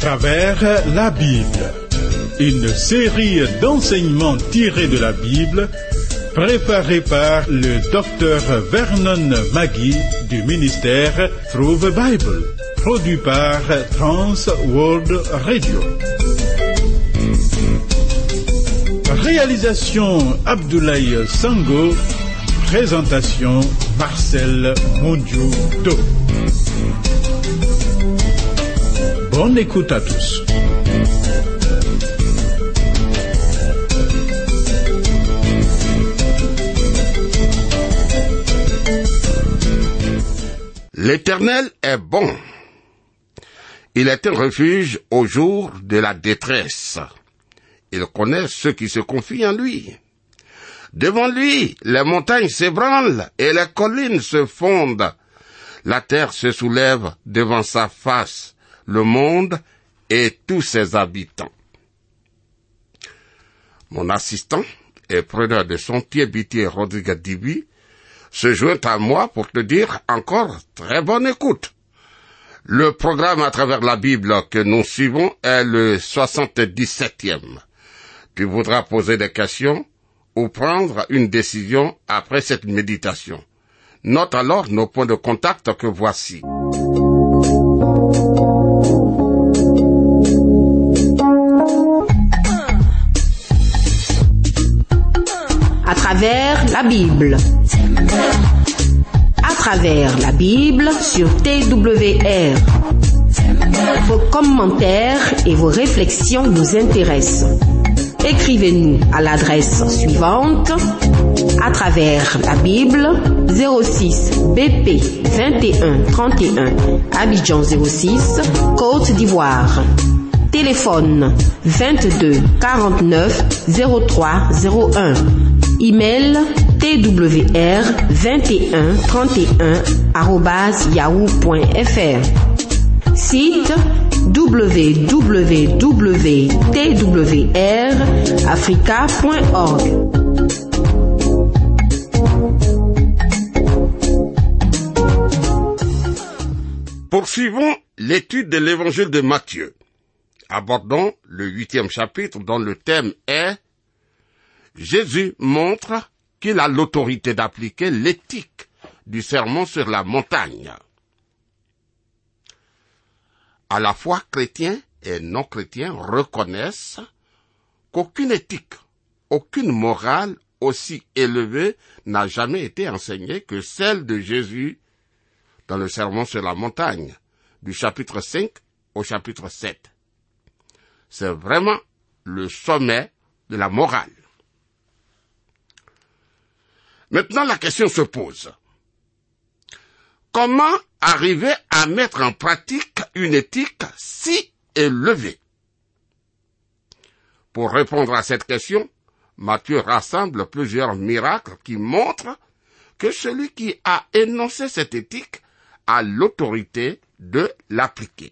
travers la Bible. Une série d'enseignements tirés de la Bible, préparée par le docteur Vernon Magui du ministère Through the Bible, produit par Trans World Radio. Réalisation Abdoulaye Sango, présentation Marcel Mondiou-Do. Bonne écoute à tous. L'Éternel est bon. Il est un refuge au jour de la détresse. Il connaît ceux qui se confient en lui. Devant lui, les montagnes s'ébranlent et les collines se fondent. La terre se soulève devant sa face, le monde et tous ses habitants. Mon assistant et preneur de Sentier Bitier Rodrigue Dibi se joint à moi pour te dire encore très bonne écoute. Le programme à travers la Bible que nous suivons est le 77e. Tu voudras poser des questions ou prendre une décision après cette méditation. Note alors nos points de contact que voici. À travers la Bible. À travers la Bible sur TWR. Vos commentaires et vos réflexions nous intéressent. Écrivez-nous à l'adresse suivante: à travers la Bible, 06 BP 21 31 Abidjan 06, Côte d'Ivoire. Téléphone 22 49 03 01. Email twr2131@yahoo.fr. Site www.twrafrica.org. Poursuivons l'étude de l'évangile de Matthieu. Abordons le 8e chapitre dont le thème est « Jésus montre qu'il a l'autorité d'appliquer l'éthique du sermon sur la montagne ». À la fois chrétiens et non-chrétiens reconnaissent qu'aucune éthique, aucune morale aussi élevée n'a jamais été enseignée que celle de Jésus dans le sermon sur la montagne, du chapitre 5 au chapitre 7. C'est vraiment le sommet de la morale. Maintenant, la question se pose. Comment arriver à mettre en pratique une éthique si élevée? Pour répondre à cette question, Matthieu rassemble plusieurs miracles qui montrent que celui qui a énoncé cette éthique a l'autorité de l'appliquer.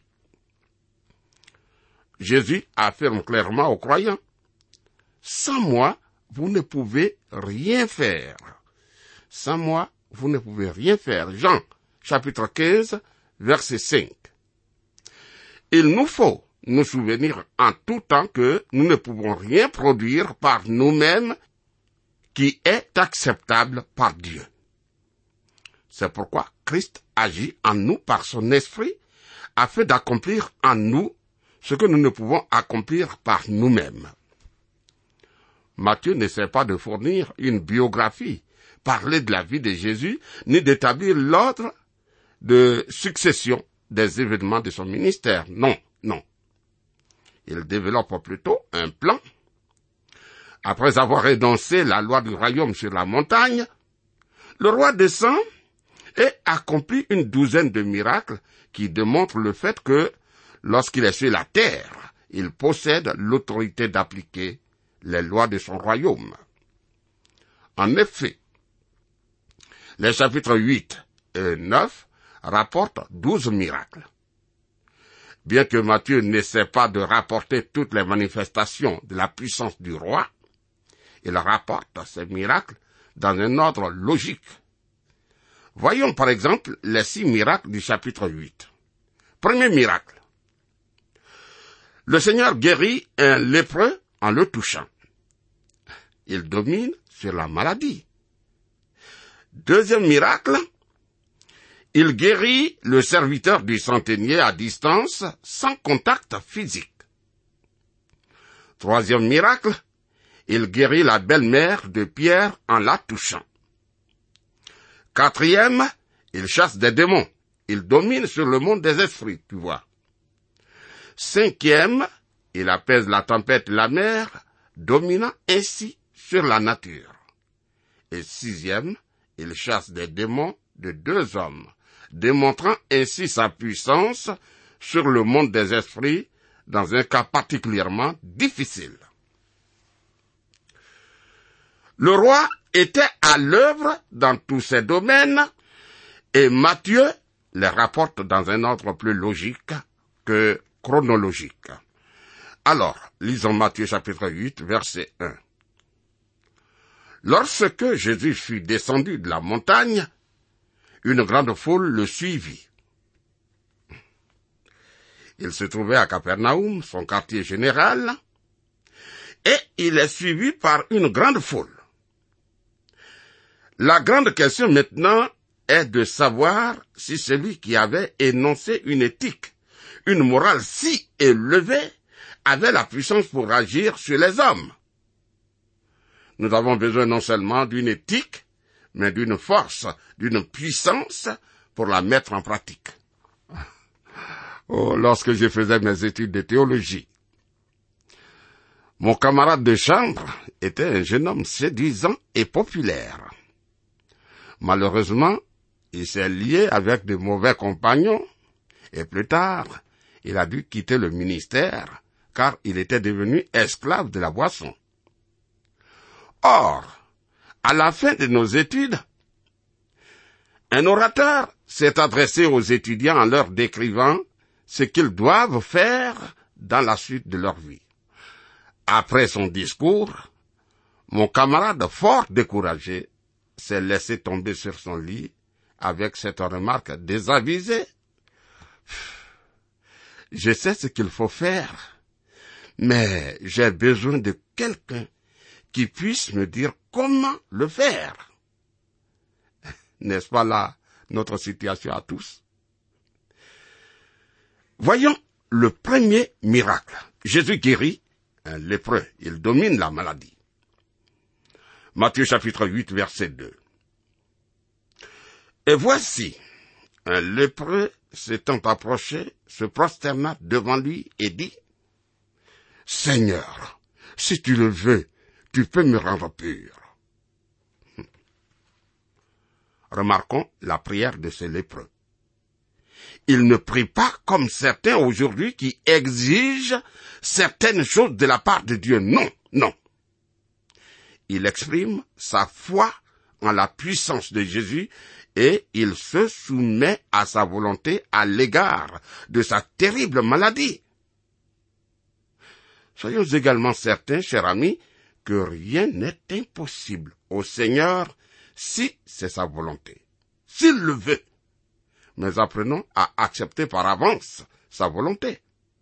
Jésus affirme clairement aux croyants: « Sans moi, vous ne pouvez rien faire. Sans moi, vous ne pouvez rien faire. » Jean, chapitre 15, verset 5. Il nous faut nous souvenir en tout temps que nous ne pouvons rien produire par nous-mêmes qui est acceptable par Dieu. C'est pourquoi Christ agit en nous par son esprit afin d'accomplir en nous ce que nous ne pouvons accomplir par nous-mêmes. Matthieu n'essaie pas de fournir une biographie, parler de la vie de Jésus, ni d'établir l'ordre de succession des événements de son ministère. Non, non. Il développe plutôt un plan. Après avoir énoncé la loi du royaume sur la montagne, le roi descend et accomplit une douzaine de miracles qui démontrent le fait que, lorsqu'il est sur la terre, il possède l'autorité d'appliquer les lois de son royaume. En effet, les chapitres 8 et 9 rapportent 12 miracles. Bien que Matthieu n'essaie pas de rapporter toutes les manifestations de la puissance du roi, il rapporte ces miracles dans un ordre logique. Voyons par exemple les 6 miracles du chapitre 8. Premier miracle. Le Seigneur guérit un lépreux en le touchant. Il domine sur la maladie. Deuxième miracle, il guérit le serviteur du centenier à distance sans contact physique. Troisième miracle, il guérit la belle-mère de Pierre en la touchant. Quatrième, il chasse des démons. Il domine sur le monde des esprits, tu vois. Cinquième, il apaise la tempête et la mer, dominant ainsi sur la nature. Et sixième, il chasse des démons de 2 hommes, démontrant ainsi sa puissance sur le monde des esprits dans un cas particulièrement difficile. Le roi était à l'œuvre dans tous ces domaines et Matthieu les rapporte dans un ordre plus logique que chronologique. Alors, lisons Matthieu chapitre 8, verset 1. Lorsque Jésus fut descendu de la montagne, une grande foule le suivit. Il se trouvait à Capernaum, son quartier général, et il est suivi par une grande foule. La grande question maintenant est de savoir si celui qui avait énoncé une éthique, une morale si élevée, avait la puissance pour agir sur les hommes. Nous avons besoin non seulement d'une éthique, mais d'une force, d'une puissance pour la mettre en pratique. Oh, lorsque je faisais mes études de théologie, mon camarade de chambre était un jeune homme séduisant et populaire. Malheureusement, il s'est lié avec de mauvais compagnons, et plus tard, il a dû quitter le ministère, car il était devenu esclave de la boisson. Or, à la fin de nos études, un orateur s'est adressé aux étudiants en leur décrivant ce qu'ils doivent faire dans la suite de leur vie. Après son discours, mon camarade, fort découragé, s'est laissé tomber sur son lit avec cette remarque désabusée. Je sais ce qu'il faut faire, mais j'ai besoin de quelqu'un qui puisse me dire comment le faire. N'est-ce pas là notre situation à tous? Voyons le premier miracle. Jésus guérit un lépreux. Il domine la maladie. Matthieu chapitre 8, verset 2. Et voici, un lépreux s'étant approché, se prosterna devant lui et dit, « Seigneur, si tu le veux, tu peux me rendre pur. » Remarquons la prière de ce lépreux. Il ne prie pas comme certains aujourd'hui qui exigent certaines choses de la part de Dieu. Non, non. Il exprime sa foi en la puissance de Jésus et il se soumet à sa volonté à l'égard de sa terrible maladie. Soyons également certains, chers amis, que rien n'est impossible au Seigneur si c'est sa volonté, s'il le veut. Mais apprenons à accepter par avance sa volonté.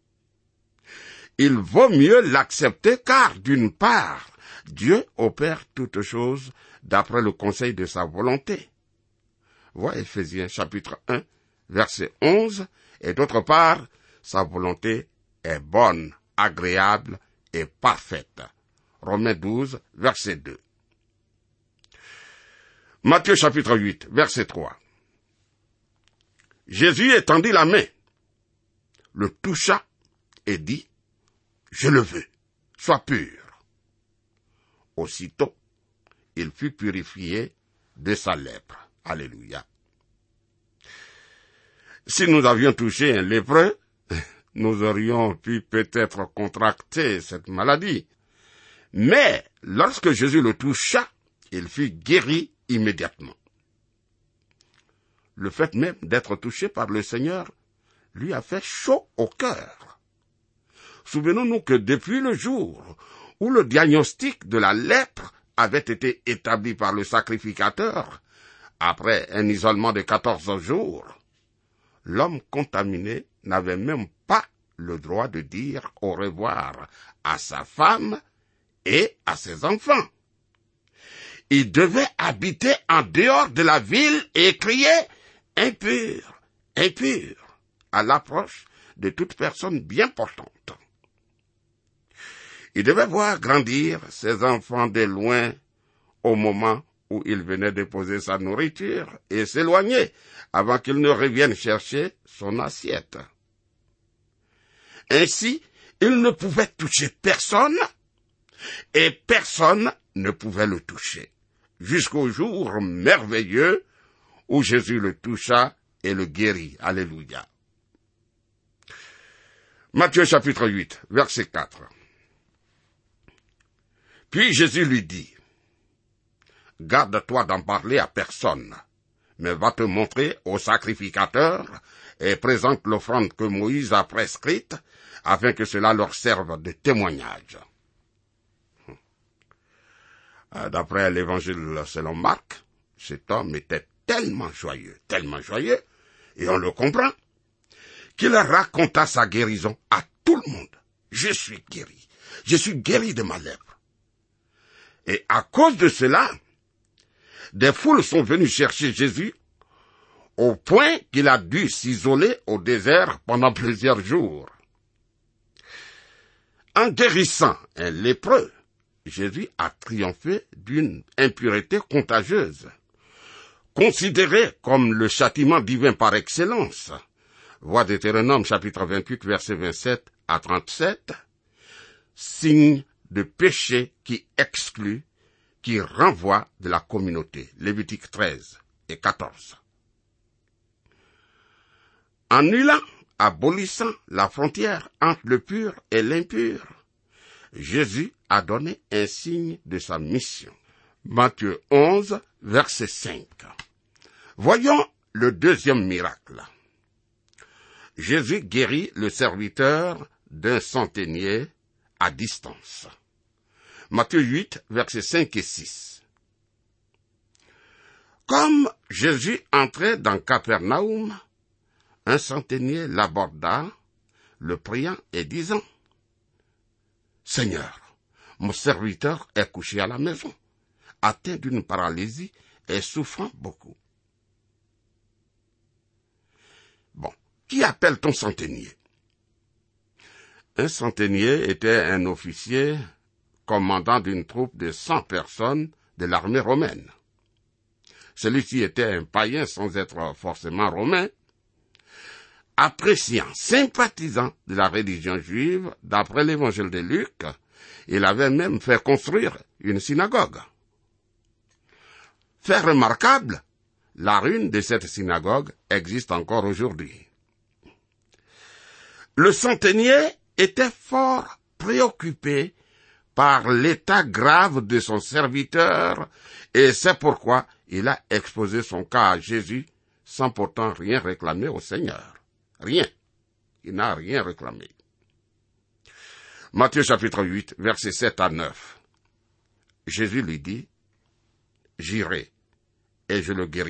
Il vaut mieux l'accepter car, d'une part, Dieu opère toutes choses d'après le conseil de sa volonté. Vois Éphésiens chapitre 1, verset 11, et d'autre part, sa volonté est bonne, agréable et parfaite. Romains 12, verset 2. Matthieu chapitre 8, verset 3. Jésus étendit la main, le toucha et dit, « Je le veux, sois pur. » Aussitôt, il fut purifié de sa lèpre. Alléluia. Si nous avions touché un lépreux, nous aurions pu peut-être contracter cette maladie. Mais lorsque Jésus le toucha, il fut guéri immédiatement. Le fait même d'être touché par le Seigneur lui a fait chaud au cœur. Souvenons-nous que depuis le jour où le diagnostic de la lèpre avait été établi par le sacrificateur, après un isolement de 14 jours, l'homme contaminé n'avait même pas le droit de dire au revoir à sa femme et à ses enfants. Il devait habiter en dehors de la ville et crier « impur, impur » à l'approche de toute personne bien portante. Il devait voir grandir ses enfants de loin au moment où il venait déposer sa nourriture et s'éloigner avant qu'il ne revienne chercher son assiette. Ainsi, il ne pouvait toucher personne et personne ne pouvait le toucher, jusqu'au jour merveilleux où Jésus le toucha et le guérit. Alléluia. Matthieu chapitre 8, verset 4. Puis Jésus lui dit, « Garde-toi d'en parler à personne, mais va te montrer au sacrificateur et présente l'offrande que Moïse a prescrite, afin que cela leur serve de témoignage. » D'après l'évangile selon Marc, cet homme était tellement joyeux, et on le comprend, qu'il raconta sa guérison à tout le monde. « Je suis guéri de ma lèpre. » Et à cause de cela, des foules sont venues chercher Jésus, au point qu'il a dû s'isoler au désert pendant plusieurs jours. En guérissant un lépreux, Jésus a triomphé d'une impureté contagieuse, considérée comme le châtiment divin par excellence. Voix Deutéronome chapitre 28, verset 27 à 37, signe de péché qui exclut, qui renvoie de la communauté. Lévitique 13 et 14. Annulant, abolissant la frontière entre le pur et l'impur, Jésus a donné un signe de sa mission. Matthieu 11, verset 5. Voyons le deuxième miracle. Jésus guérit le serviteur d'un centenier à distance. Matthieu 8, versets 5 et 6. Comme Jésus entrait dans Capernaum, un centenier l'aborda, le priant et disant, « Seigneur, mon serviteur est couché à la maison, atteint d'une paralysie et souffrant beaucoup. » Bon, qui appelle ton centenier? Un centenier était un officier commandant d'une troupe de 100 personnes de l'armée romaine. Celui-ci était un païen sans être forcément romain, appréciant, sympathisant de la religion juive, d'après l'évangile de Luc, il avait même fait construire une synagogue. Fait remarquable, la ruine de cette synagogue existe encore aujourd'hui. Le centenier était fort préoccupé par l'état grave de son serviteur, et c'est pourquoi il a exposé son cas à Jésus sans pourtant rien réclamer au Seigneur. Rien. Il n'a rien réclamé. Matthieu chapitre 8, versets 7 à 9. Jésus lui dit, « J'irai, et je le guérirai. »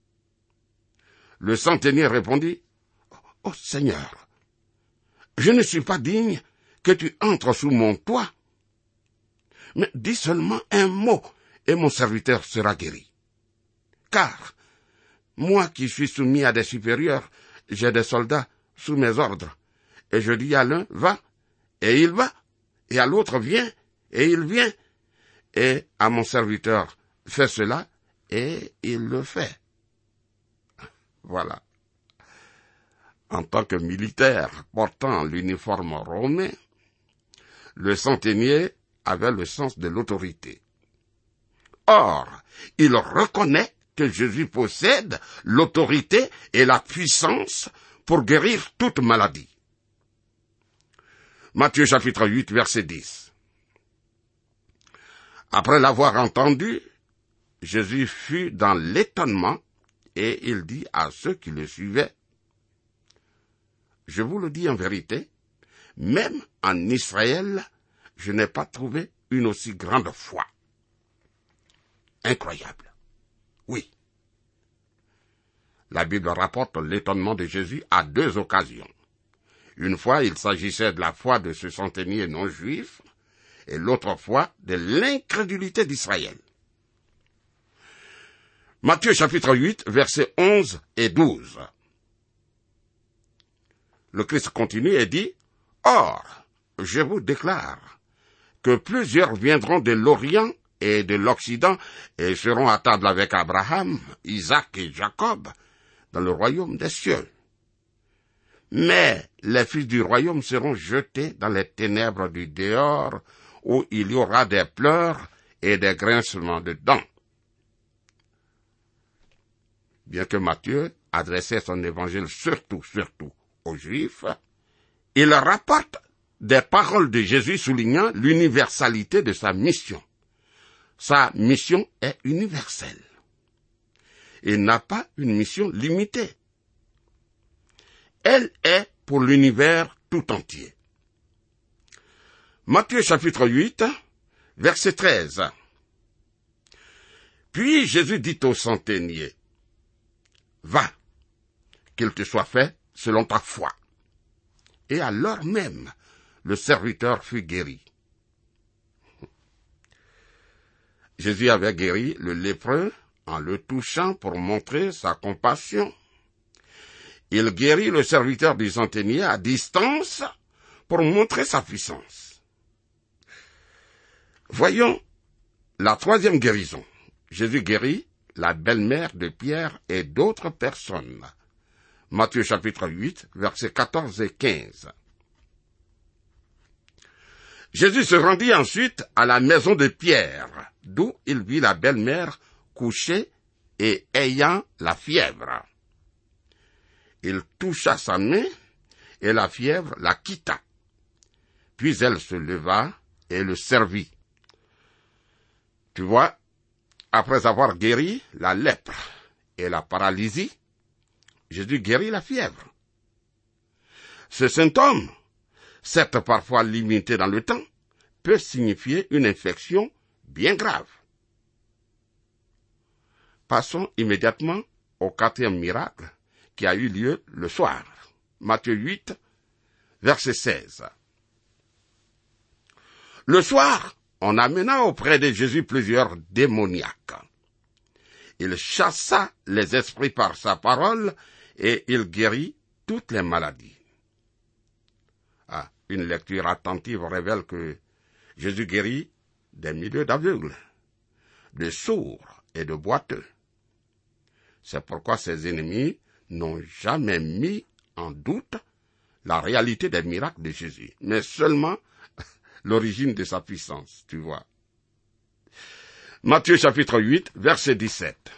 Le centenier répondit, « Oh Seigneur, je ne suis pas digne que tu entres sous mon toit. Mais dis seulement un mot, et mon serviteur sera guéri. Car, moi qui suis soumis à des supérieurs, j'ai des soldats sous mes ordres, et je dis à l'un, va, et il va, et à l'autre, viens, et il vient, et à mon serviteur, fais cela, et il le fait. » Voilà. En tant que militaire portant l'uniforme romain, le centenier avait le sens de l'autorité. Or, il reconnaît que Jésus possède l'autorité et la puissance pour guérir toute maladie. Matthieu chapitre 8, verset 10. Après l'avoir entendu, Jésus fut dans l'étonnement et il dit à ceux qui le suivaient, « Je vous le dis en vérité, même en Israël, je n'ai pas trouvé une aussi grande foi. » Incroyable. Oui. La Bible rapporte l'étonnement de Jésus à 2 occasions. Une fois, il s'agissait de la foi de ce centenier non juif, et l'autre fois, de l'incrédulité d'Israël. Matthieu chapitre 8, versets 11 et 12. Le Christ continue et dit, « Or, je vous déclare que plusieurs viendront de l'Orient et de l'Occident et seront à table avec Abraham, Isaac et Jacob dans le royaume des cieux. Mais les fils du royaume seront jetés dans les ténèbres du dehors, où il y aura des pleurs et des grincements de dents. » Bien que Matthieu adressait son évangile surtout aux Juifs, il rapporte des paroles de Jésus soulignant l'universalité de sa mission. Sa mission est universelle. Il n'a pas une mission limitée. Elle est pour l'univers tout entier. Matthieu chapitre 8, verset 13. Puis Jésus dit au centenier, « Va, qu'il te soit fait selon ta foi. » Et à l'heure même, le serviteur fut guéri. Jésus avait guéri le lépreux en le touchant pour montrer sa compassion. Il guérit le serviteur du centenier à distance pour montrer sa puissance. Voyons la troisième guérison. Jésus guérit la belle-mère de Pierre et d'autres personnes. Matthieu chapitre 8, versets 14 et 15. Jésus se rendit ensuite à la maison de Pierre, d'où il vit la belle-mère couchée et ayant la fièvre. Il toucha sa main et la fièvre la quitta. Puis elle se leva et le servit. Tu vois, après avoir guéri la lèpre et la paralysie, Jésus guérit la fièvre. Ce symptôme, certes parfois limité dans le temps, peut signifier une infection bien grave. Passons immédiatement au 4e miracle qui a eu lieu le soir. Matthieu 8, verset 16. Le soir, on amena auprès de Jésus plusieurs démoniaques. Il chassa les esprits par sa parole et il guérit toutes les maladies. Une lecture attentive révèle que Jésus guérit des milliers d'aveugles, de sourds et de boiteux. C'est pourquoi ses ennemis n'ont jamais mis en doute la réalité des miracles de Jésus, mais seulement l'origine de sa puissance, tu vois. Matthieu chapitre 8, verset 17.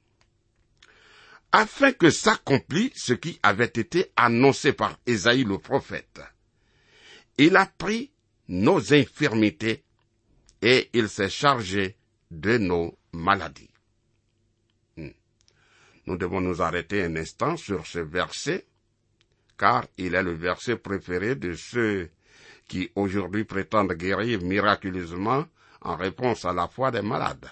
Afin que s'accomplisse ce qui avait été annoncé par Ésaïe le prophète. Il a pris nos infirmités et il s'est chargé de nos maladies. Nous devons nous arrêter un instant sur ce verset, car il est le verset préféré de ceux qui aujourd'hui prétendent guérir miraculeusement en réponse à la foi des malades.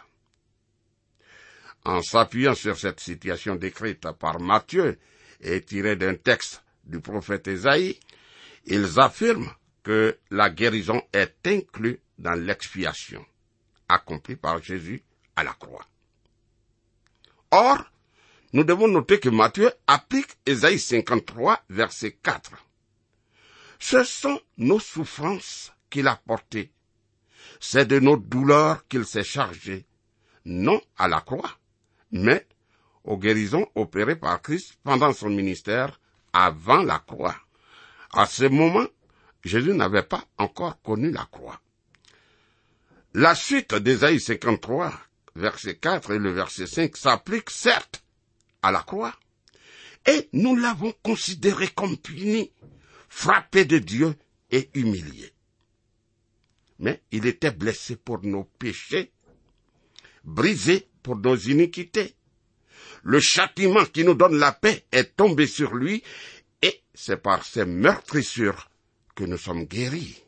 En s'appuyant sur cette situation décrite par Matthieu et tirée d'un texte du prophète Ésaïe, ils affirment que la guérison est inclue dans l'expiation accomplie par Jésus à la croix. Or, nous devons noter que Matthieu applique Ésaïe 53, verset 4. Ce sont nos souffrances qu'il a portées. C'est de nos douleurs qu'il s'est chargé, non à la croix, mais aux guérisons opérées par Christ pendant son ministère avant la croix. À ce moment, Jésus n'avait pas encore connu la croix. La suite d'Ésaïe 53, verset 4 et le verset 5 s'applique certes à la croix, et nous l'avons considéré comme puni, frappé de Dieu et humilié. Mais il était blessé pour nos péchés, brisé pour nos iniquités. Le châtiment qui nous donne la paix est tombé sur lui, et c'est par ses meurtrissures que nous sommes guéris.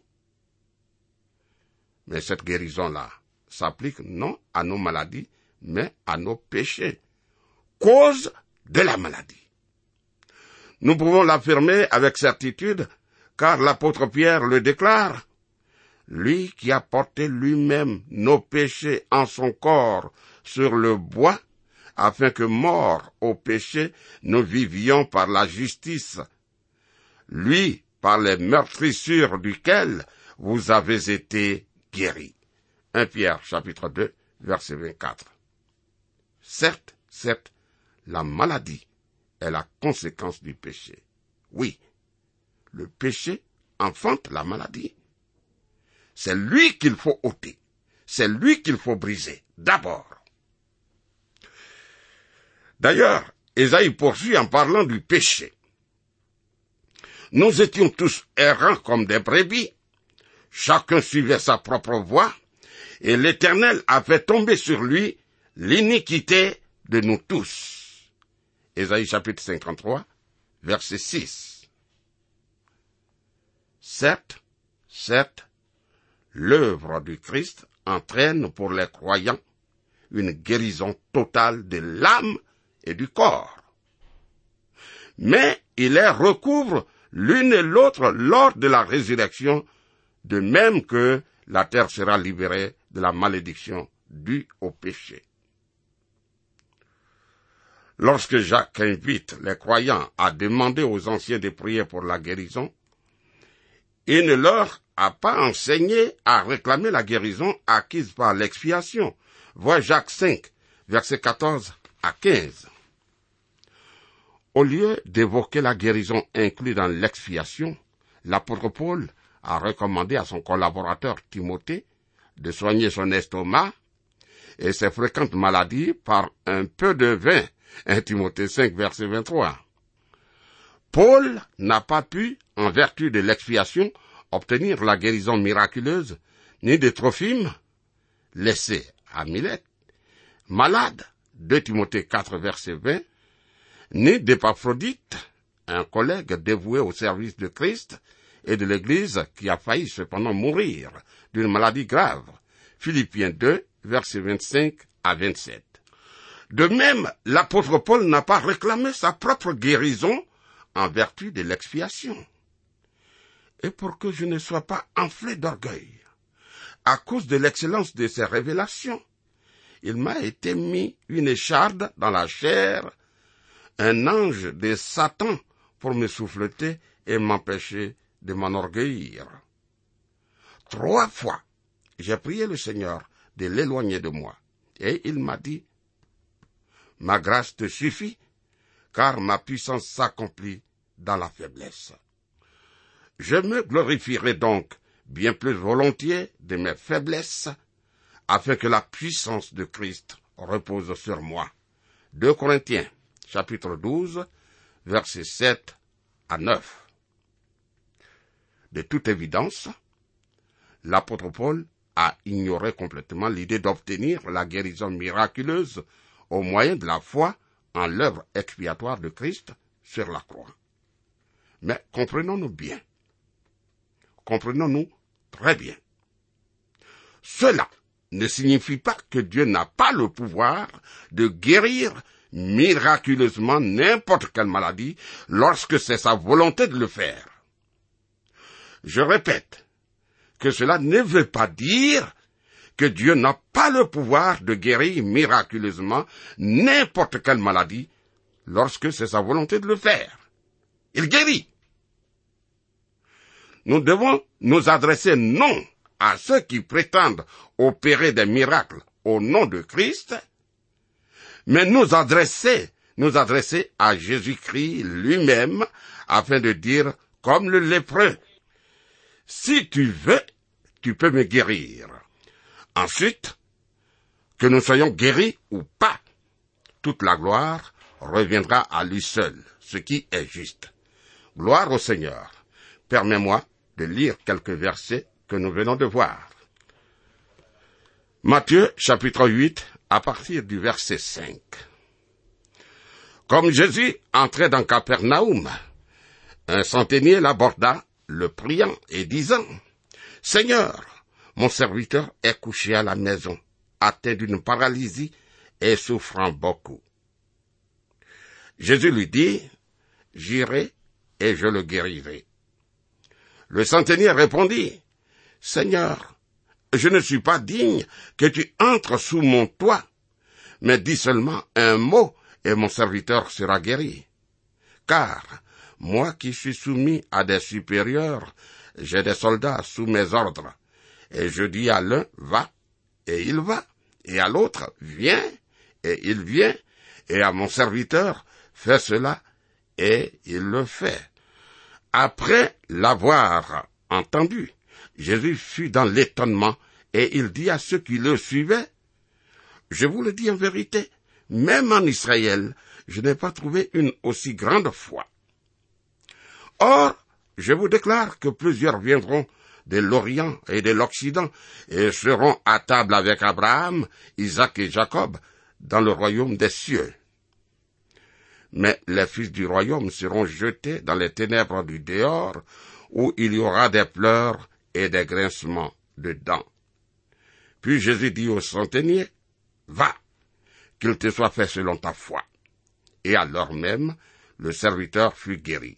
Mais cette guérison-là s'applique non à nos maladies, mais à nos péchés, cause de la maladie. Nous pouvons l'affirmer avec certitude car l'apôtre Pierre le déclare, lui qui a porté lui-même nos péchés en son corps sur le bois, afin que, morts au péché, nous vivions par la justice. Lui, par les meurtrissures duquel vous avez été guéris. 1 Pierre, chapitre 2, verset 24. Certes, la maladie est la conséquence du péché. Oui, le péché enfante la maladie. C'est lui qu'il faut ôter. C'est lui qu'il faut briser, d'abord. D'ailleurs, Ésaïe poursuit en parlant du péché. Nous étions tous errants comme des brebis. Chacun suivait sa propre voie, et l'Éternel a fait tomber sur lui l'iniquité de nous tous. Ésaïe chapitre 53, verset 6. Certes, l'œuvre du Christ entraîne pour les croyants une guérison totale de l'âme et du corps. Mais il les recouvre l'une et l'autre lors de la résurrection, de même que la terre sera libérée de la malédiction due au péché. Lorsque Jacques invite les croyants à demander aux anciens de prier pour la guérison, il ne leur a pas enseigné à réclamer la guérison acquise par l'expiation. Vois Jacques 5, versets 14 à 15. Au lieu d'évoquer la guérison inclue dans l'expiation, l'apôtre Paul a recommandé à son collaborateur Timothée de soigner son estomac et ses fréquentes maladies par un peu de vin. 1 Timothée 5, verset 23. Paul n'a pas pu, en vertu de l'expiation, obtenir la guérison miraculeuse, ni de Trophime, laissé à Milète, malade, 2 Timothée 4, verset 20, ni d'Épaphrodite, un collègue dévoué au service de Christ et de l'Église qui a failli cependant mourir d'une maladie grave, Philippiens 2, verset 25 à 27. De même, l'apôtre Paul n'a pas réclamé sa propre guérison en vertu de l'expiation. Et pour que je ne sois pas enflé d'orgueil, à cause de l'excellence de ses révélations, il m'a été mis une écharde dans la chair, un ange de Satan pour me souffleter et m'empêcher de m'enorgueillir. 3 fois, j'ai prié le Seigneur de l'éloigner de moi, et il m'a dit, « Ma grâce te suffit, car ma puissance s'accomplit dans la faiblesse. » Je me glorifierai donc bien plus volontiers de mes faiblesses, afin que la puissance de Christ repose sur moi. 2 Corinthiens, chapitre 12, versets 7 à 9. De toute évidence, l'apôtre Paul a ignoré complètement l'idée d'obtenir la guérison miraculeuse au moyen de la foi en l'œuvre expiatoire de Christ sur la croix. Mais comprenons-nous bien. Comprenons-nous très bien. Cela ne signifie pas que Dieu n'a pas le pouvoir de guérir miraculeusement n'importe quelle maladie lorsque c'est sa volonté de le faire. Je répète que cela ne veut pas dire que Dieu n'a pas le pouvoir de guérir miraculeusement n'importe quelle maladie lorsque c'est sa volonté de le faire. Il guérit. Nous devons nous adresser non à ceux qui prétendent opérer des miracles au nom de Christ, mais nous adresser à Jésus-Christ lui-même afin de dire, comme le lépreux, « Si tu veux, tu peux me guérir. » Ensuite, que nous soyons guéris ou pas, toute la gloire reviendra à lui seul, ce qui est juste. Gloire au Seigneur. Permets-moi de lire quelques versets que nous venons de voir. Matthieu, chapitre 8, à partir du verset 5. Comme Jésus entrait dans Capernaum, un centenier l'aborda, le priant et disant, « Seigneur, mon serviteur est couché à la maison, atteint d'une paralysie et souffrant beaucoup. » Jésus lui dit, « J'irai et je le guérirai. » Le centenier répondit, « Seigneur, je ne suis pas digne que tu entres sous mon toit, mais dis seulement un mot et mon serviteur sera guéri. Car moi qui suis soumis à des supérieurs, j'ai des soldats sous mes ordres, et je dis à l'un, va, et il va, et à l'autre, viens, et il vient, et à mon serviteur, fais cela, et il le fait. » Après l'avoir entendu, Jésus fut dans l'étonnement, et il dit à ceux qui le suivaient, « Je vous le dis en vérité, même en Israël, je n'ai pas trouvé une aussi grande foi. Or, je vous déclare que plusieurs viendront de l'Orient et de l'Occident et seront à table avec Abraham, Isaac et Jacob dans le royaume des cieux. Mais les fils du royaume seront jetés dans les ténèbres du dehors, où il y aura des pleurs et des grincements de dents. » Puis Jésus dit au centenier, « Va, qu'il te soit fait selon ta foi. » Et à l'heure même, le serviteur fut guéri.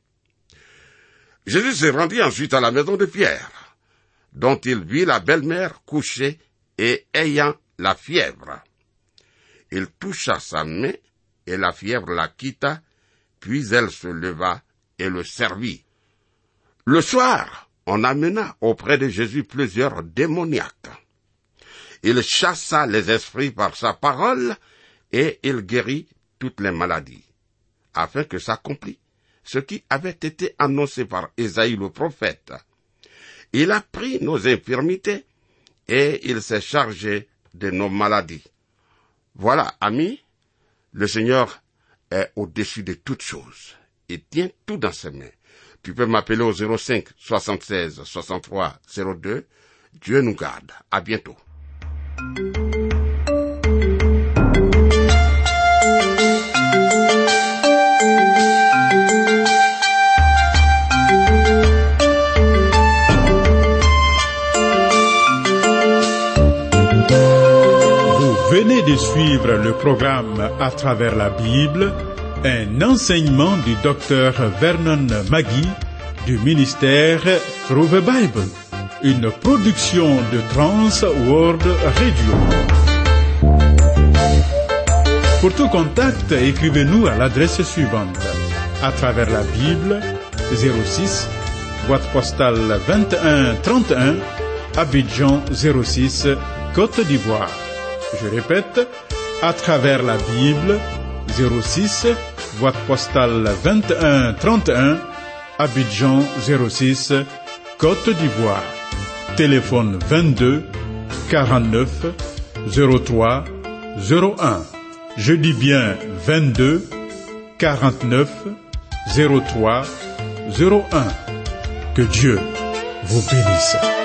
Jésus se rendit ensuite à la maison de Pierre, dont il vit la belle-mère couchée et ayant la fièvre. Il toucha sa main, et la fièvre la quitta, puis elle se leva et le servit. Le soir, on amena auprès de Jésus plusieurs démoniaques. Il chassa les esprits par sa parole, et il guérit toutes les maladies, afin que s'accomplît ce qui avait été annoncé par Ésaïe le prophète. Il a pris nos infirmités, et il s'est chargé de nos maladies. Voilà, amis, le Seigneur est au-dessus de toutes choses. Il tient tout dans ses mains. Tu peux m'appeler au 05 76 63 02. Dieu nous garde. À bientôt. Venez de suivre le programme À travers la Bible, un enseignement du docteur Vernon Magui du ministère Through the Bible, une production de Trans World Radio. Pour tout contact, écrivez-nous à l'adresse suivante: À travers la Bible, 06, boîte postale 2131, Abidjan 06, Côte d'Ivoire. Je répète, À travers la Bible, 06, boîte postale 2131, Abidjan 06, Côte d'Ivoire. Téléphone 22 49 03 01. Je dis bien 22 49 03 01. Que Dieu vous bénisse.